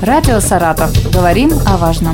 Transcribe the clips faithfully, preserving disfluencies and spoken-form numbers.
Радио «Саратов». Говорим о важном.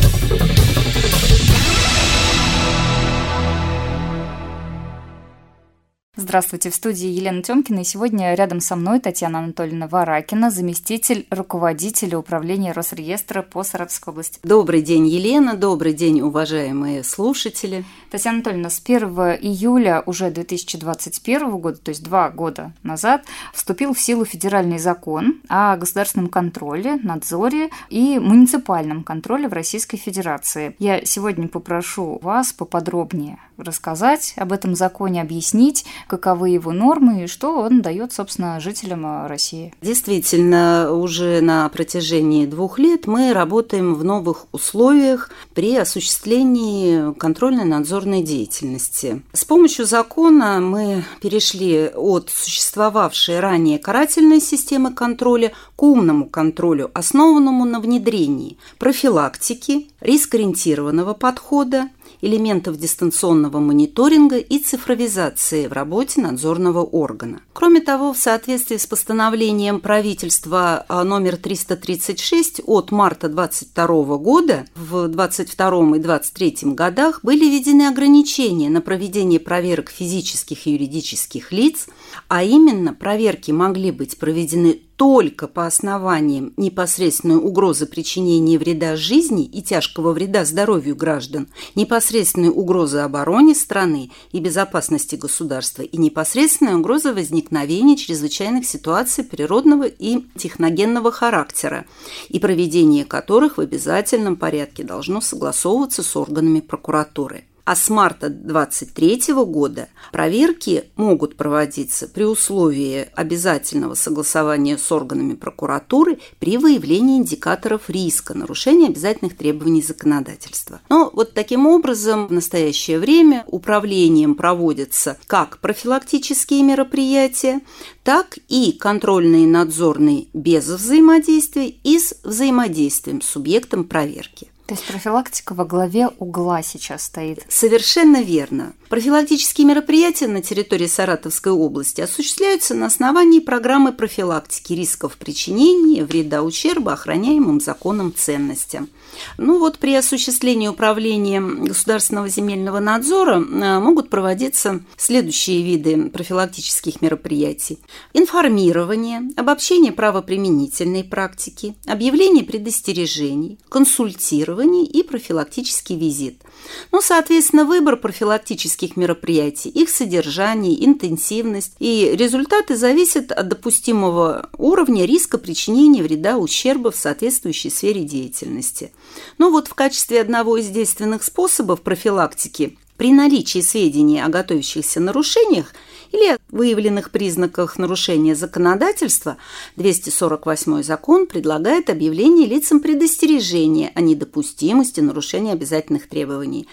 Здравствуйте, в студии Елена Тёмкина, и сегодня рядом со мной Татьяна Анатольевна Варакина, заместитель руководителя управления Росреестра по Саратовской области. Добрый день, Елена, добрый день, уважаемые слушатели. Татьяна Анатольевна, с первого июля уже две тысячи двадцать первого года, то есть два года назад, вступил в силу федеральный закон о государственном контроле, надзоре и муниципальном контроле в Российской Федерации. Я сегодня попрошу вас поподробнее рассказать об этом законе, объяснить, каковы его нормы и что он дает, собственно, жителям России. Действительно, уже на протяжении двух лет мы работаем в новых условиях при осуществлении контрольно-надзорной деятельности. С помощью закона мы перешли от существовавшей ранее карательной системы контроля к умному контролю, основанному на внедрении профилактики, рискоориентированного подхода, элементов дистанционного мониторинга и цифровизации в работе надзорного органа. Кроме того, в соответствии с постановлением правительства номер триста тридцать шесть от марта двадцать второго года, в двадцать втором и двадцать третьем годах были введены ограничения на проведение проверок физических и юридических лиц, а именно проверки могли быть проведены только по основаниям непосредственной угрозы причинения вреда жизни и тяжкого вреда здоровью граждан, непосредственной угрозы обороне страны и безопасности государства и непосредственной угрозы возникновения чрезвычайных ситуаций природного и техногенного характера, и проведение которых в обязательном порядке должно согласовываться с органами прокуратуры. А с марта двадцать третьего года проверки могут проводиться при условии обязательного согласования с органами прокуратуры при выявлении индикаторов риска нарушения обязательных требований законодательства. Но вот таким образом в настоящее время управлением проводятся как профилактические мероприятия, так и контрольные и надзорные без взаимодействия и с взаимодействием с субъектом проверки. То есть профилактика во главе угла сейчас стоит. Совершенно верно. Профилактические мероприятия на территории Саратовской области осуществляются на основании программы профилактики рисков причинения вреда, ущерба охраняемым законом ценностям. Ну вот при осуществлении управления государственного земельного надзора могут проводиться следующие виды профилактических мероприятий. Информирование, обобщение правоприменительной практики, объявление предостережений, консультирование и профилактический визит. Ну, соответственно, выбор профилактических мероприятий, их содержание, интенсивность и результаты зависят от допустимого уровня риска причинения вреда, ущерба в соответствующей сфере деятельности. Ну вот в качестве одного из действенных способов профилактики при наличии сведений о готовящихся нарушениях или выявленных признаках нарушения законодательства двести сорок восьмой закон предлагает объявление лицам предостережения о недопустимости нарушения обязательных требований.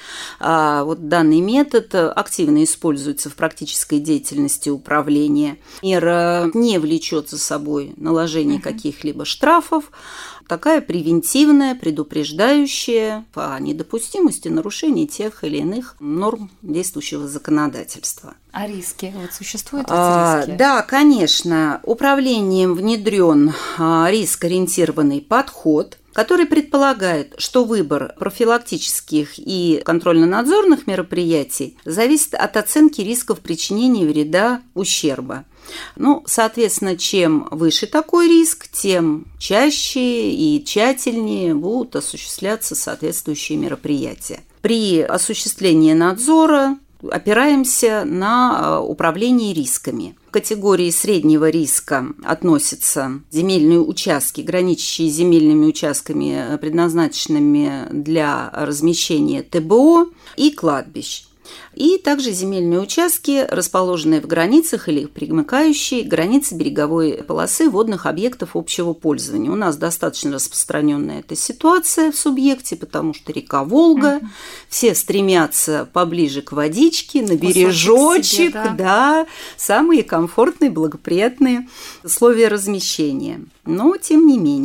А вот данный метод активно используется в практической деятельности управления. Мера не влечет за собой наложение uh-huh. каких-либо штрафов. Такая превентивная, предупреждающая о недопустимости нарушений тех или иных норм действующего законодательства. А риски? Вот существуют эти а, риски? Да, конечно. Управлением внедрен а, риск-ориентированный подход, который предполагает, что выбор профилактических и контрольно-надзорных мероприятий зависит от оценки рисков причинения вреда, ущерба. Ну, соответственно, чем выше такой риск, тем чаще и тщательнее будут осуществляться соответствующие мероприятия. При осуществлении надзора опираемся на управление рисками. В категории среднего риска относятся земельные участки, граничащие с земельными участками, предназначенными для размещения тэ бэ о и кладбищ. И также земельные участки, расположенные в границах или примыкающие к границе береговой полосы водных объектов общего пользования. У нас достаточно распространенная эта ситуация в субъекте, потому что река Волга, uh-huh. все стремятся поближе к водичке, на бережочек, себе, да. да, самые комфортные, благоприятные условия размещения. Но, тем не менее,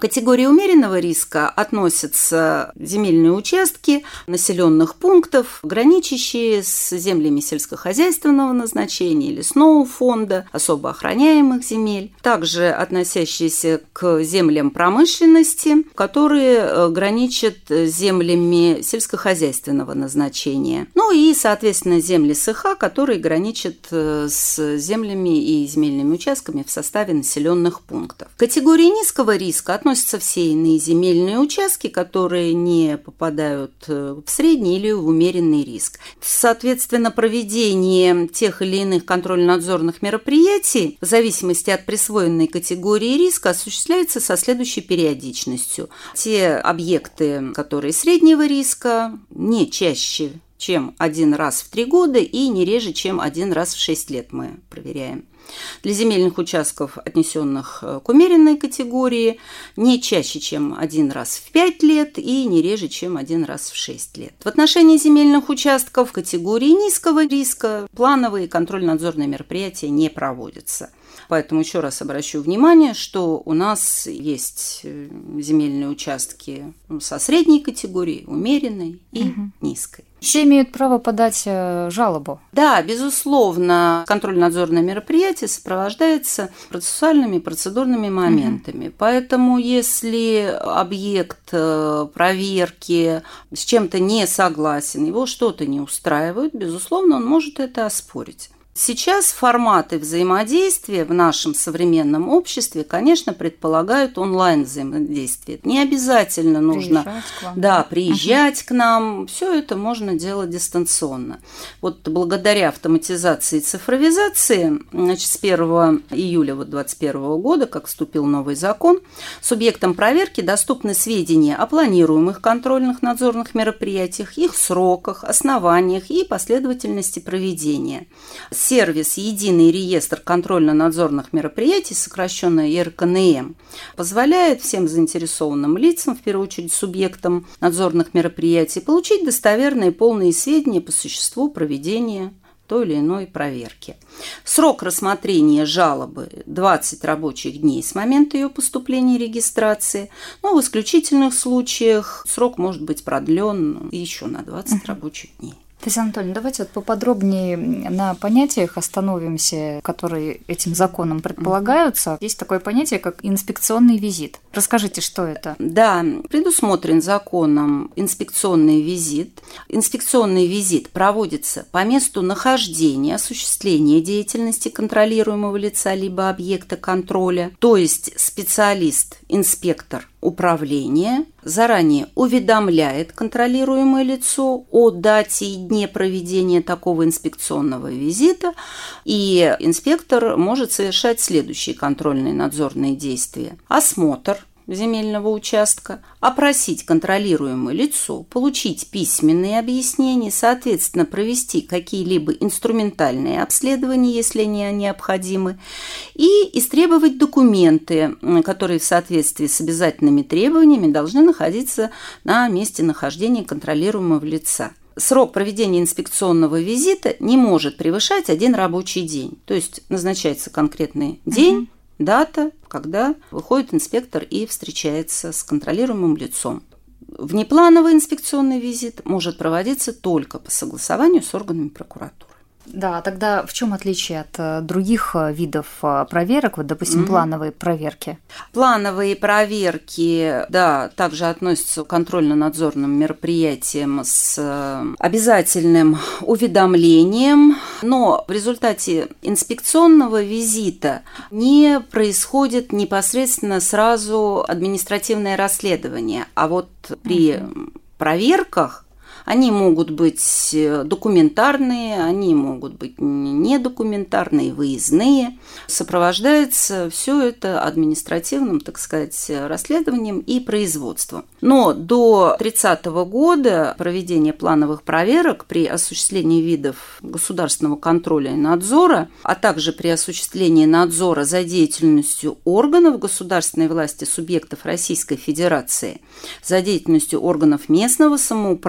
К категории умеренного риска относятся земельные участки населенных пунктов, граничащие с землями сельскохозяйственного назначения, лесного фонда, особо охраняемых земель, также относящиеся к землям промышленности, которые граничат с землями сельскохозяйственного назначения. Ну и, соответственно, земли СХ, которые граничат с землями и земельными участками в составе населенных пунктов. К категории низкого риска относятся все иные земельные участки, которые не попадают в средний или в умеренный риск. Соответственно, проведение тех или иных контрольно-надзорных мероприятий в зависимости от присвоенной категории риска осуществляется со следующей периодичностью. Те объекты, которые среднего риска, не чаще, чем один раз в три года и не реже, чем один раз в шесть лет мы проверяем. Для земельных участков, отнесенных к умеренной категории, не чаще, чем один раз в пять лет и не реже, чем один раз в шесть лет. В отношении земельных участков категории низкого риска плановые контрольно-надзорные мероприятия не проводятся. Поэтому еще раз обращу внимание, что у нас есть земельные участки со средней категорией, умеренной и угу. низкой. Все имеют право подать жалобу? Да, безусловно, контрольно-надзорное мероприятие сопровождается процессуальными процедурными моментами. Угу. Поэтому, если объект проверки с чем-то не согласен, его что-то не устраивает, безусловно, он может это оспорить. Сейчас форматы взаимодействия в нашем современном обществе, конечно, предполагают онлайн-взаимодействие. Не обязательно нужно приезжать к, вам. Да, приезжать uh-huh. к нам. Все это можно делать дистанционно. Вот благодаря автоматизации и цифровизации, значит, с первого июля две тысячи двадцать первого года, как вступил новый закон, субъектам проверки доступны сведения о планируемых контрольных надзорных мероприятиях, их сроках, основаниях и последовательности проведения. Сервис «Единый реестр контрольно-надзорных мероприятий», сокращенно Е Р К Н М, позволяет всем заинтересованным лицам, в первую очередь субъектам надзорных мероприятий, получить достоверные и полные сведения по существу проведения той или иной проверки. Срок рассмотрения жалобы – двадцать рабочих дней с момента ее поступления и регистрации, но в исключительных случаях срок может быть продлен еще на двадцать uh-huh. рабочих дней. Татьяна Анатольевна, давайте вот поподробнее на понятиях остановимся, которые этим законом предполагаются. Mm-hmm. Есть такое понятие, как инспекционный визит. Расскажите, что это? Да, предусмотрен законом инспекционный визит. Инспекционный визит проводится по месту нахождения, осуществления деятельности контролируемого лица либо объекта контроля, то есть специалист, инспектор управления заранее уведомляет контролируемое лицо о дате и дне проведения такого инспекционного визита, и инспектор может совершать следующие контрольные надзорные действия. Осмотр земельного участка, опросить контролируемое лицо, получить письменные объяснения, соответственно, провести какие-либо инструментальные обследования, если они необходимы, и истребовать документы, которые в соответствии с обязательными требованиями должны находиться на месте нахождения контролируемого лица. Срок проведения инспекционного визита не может превышать один рабочий день, то есть назначается конкретный день, угу. дата, когда выходит инспектор и встречается с контролируемым лицом. Внеплановый инспекционный визит может проводиться только по согласованию с органами прокуратуры. Да, тогда в чем отличие от других видов проверок, вот, допустим, угу. плановые проверки? Плановые проверки, да, также относятся к контрольно-надзорным мероприятиям с обязательным уведомлением, но в результате инспекционного визита не происходит непосредственно сразу административное расследование, а вот при угу. проверках они могут быть документарные, они могут быть недокументарные, выездные. Сопровождается все это административным, так сказать, расследованием и производством. Но до тридцатого года проведение плановых проверок при осуществлении видов государственного контроля и надзора, а также при осуществлении надзора за деятельностью органов государственной власти субъектов Российской Федерации, за деятельностью органов местного самоуправления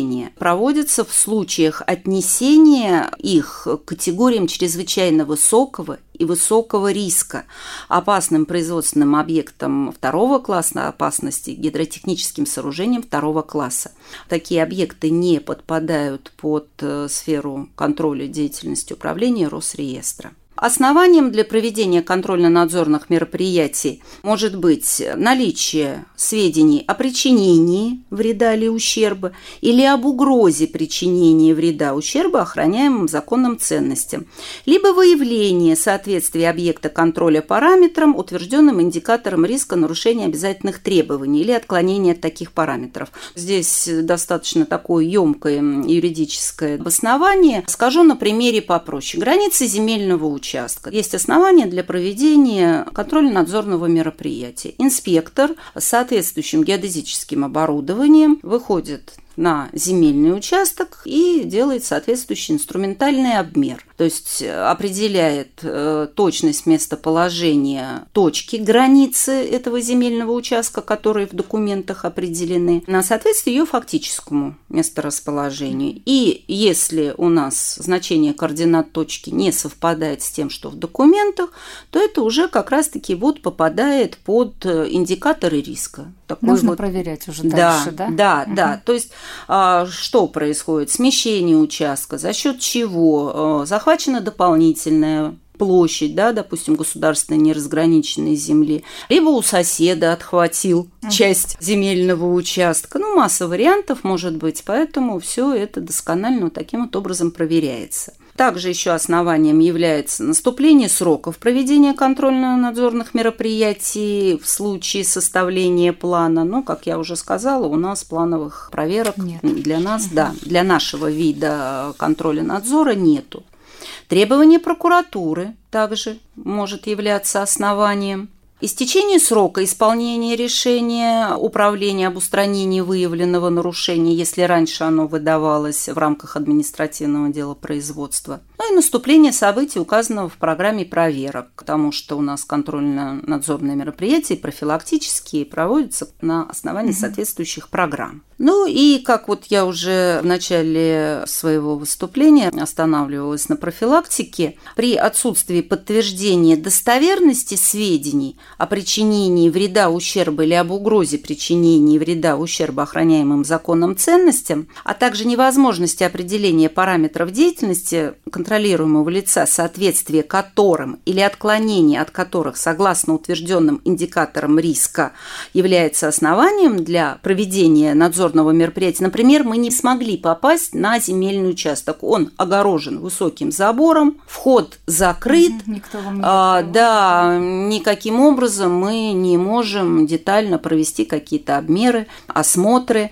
нарушения проводится в случаях отнесения их к категориям чрезвычайно высокого и высокого риска, опасным производственным объектам второго класса опасности, гидротехническим сооружениям второго класса. Такие объекты не подпадают под сферу контроля деятельности управления Росреестра. Основанием для проведения контрольно-надзорных мероприятий может быть наличие сведений о причинении вреда или ущерба или об угрозе причинения вреда, ущерба охраняемым законным ценностям, либо выявление соответствия объекта контроля параметрам, утвержденным индикатором риска нарушения обязательных требований или отклонения от таких параметров. Здесь достаточно такое емкое юридическое обоснование. Скажу на примере попроще. Границы земельного участка. Участка. Есть основания для проведения контрольно-надзорного мероприятия. Инспектор с соответствующим геодезическим оборудованием выходит на земельный участок и делает соответствующий инструментальный обмер. То есть определяет э, точность местоположения точки границы этого земельного участка, которые в документах определены, на соответствие ее фактическому месторасположению. И если у нас значение координат точки не совпадает с тем, что в документах, то это уже как раз-таки вот попадает под индикаторы риска. Такой Нужно вот... проверять уже да, дальше, да? Да, угу. да. То есть а, что происходит? Смещение участка, за счет чего? Захвачена дополнительная площадь, да, допустим, государственной неразграниченной земли, либо у соседа отхватил uh-huh. часть земельного участка. Ну, масса вариантов может быть, поэтому все это досконально вот таким вот образом проверяется. Также еще основанием является наступление сроков проведения контрольно-надзорных мероприятий в случае составления плана. Ну, как я уже сказала, у нас плановых проверок Нет. для нас, uh-huh. да, для нашего вида контроля-надзора нету. Требование прокуратуры также может являться основанием. Истечение срока исполнения решения управления об устранении выявленного нарушения, если раньше оно выдавалось в рамках административного дела производства. Ну и наступление событий, указанного в программе проверок, потому что у нас контрольно-надзорные мероприятия профилактические проводятся на основании угу. соответствующих программ. Ну и, как вот я уже в начале своего выступления останавливалась на профилактике, при отсутствии подтверждения достоверности сведений о причинении вреда, ущерба или об угрозе причинения вреда, ущерба охраняемым законным ценностям, а также невозможности определения параметров деятельности контролируемого лица, соответствие которым или отклонение от которых согласно утвержденным индикаторам риска является основанием для проведения надзорного мероприятия. Например, мы не смогли попасть на земельный участок. Он огорожен высоким забором, вход закрыт. Никто вам не а, да, никаким образом мы не можем детально провести какие-то обмеры, осмотры.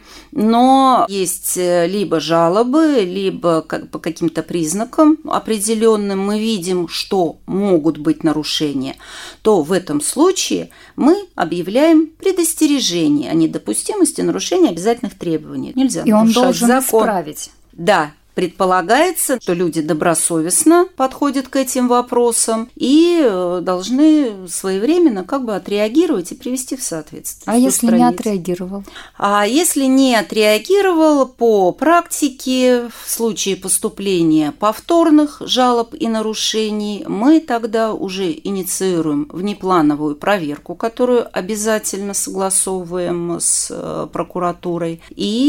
Но есть либо жалобы, либо как, по каким-то признакам определенным мы видим, что могут быть нарушения, то в этом случае мы объявляем предостережение о недопустимости нарушения обязательных требований. Нельзя И он должен закон. исправить. Да. Предполагается, что люди добросовестно подходят к этим вопросам и должны своевременно как бы отреагировать и привести в соответствие. А если не отреагировал? А если не отреагировал, по практике в случае поступления повторных жалоб и нарушений мы тогда уже инициируем внеплановую проверку, которую обязательно согласовываем с прокуратурой,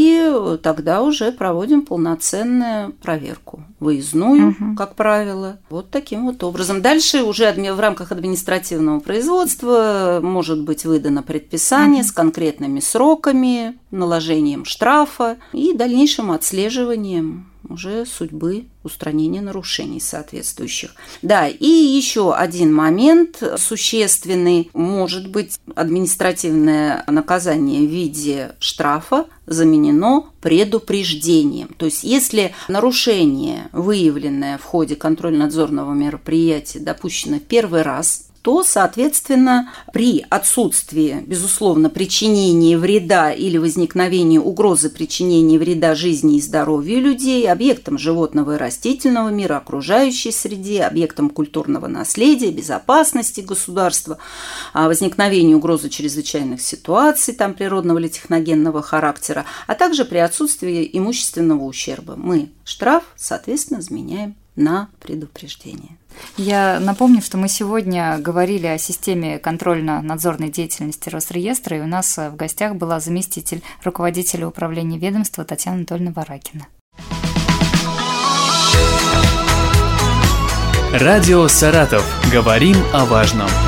и тогда уже проводим полноценное проверку, выездную, угу. как правило. Вот таким вот образом. Дальше уже в рамках административного производства может быть выдано предписание угу. с конкретными сроками, наложением штрафа и дальнейшим отслеживанием уже судьбы устранения нарушений соответствующих. Да, и еще один момент существенный. Может быть, административное наказание в виде штрафа заменено предупреждением. То есть, если нарушение, выявленное в ходе контрольно-надзорного мероприятия, допущено первый раз, то, соответственно, при отсутствии, безусловно, причинения вреда или возникновения угрозы причинения вреда жизни и здоровью людей, объектам животного и растительного мира, окружающей среде, объектам культурного наследия, безопасности государства, возникновения угрозы чрезвычайных ситуаций, там, природного или техногенного характера, а также при отсутствии имущественного ущерба. Мы штраф, соответственно, заменяем на предупреждение. Я напомню, что мы сегодня говорили о системе контрольно-надзорной деятельности Росреестра, и у нас в гостях была заместитель руководителя управления ведомства Татьяна Анатольевна Варакина. Радио «Саратов». Говорим о важном.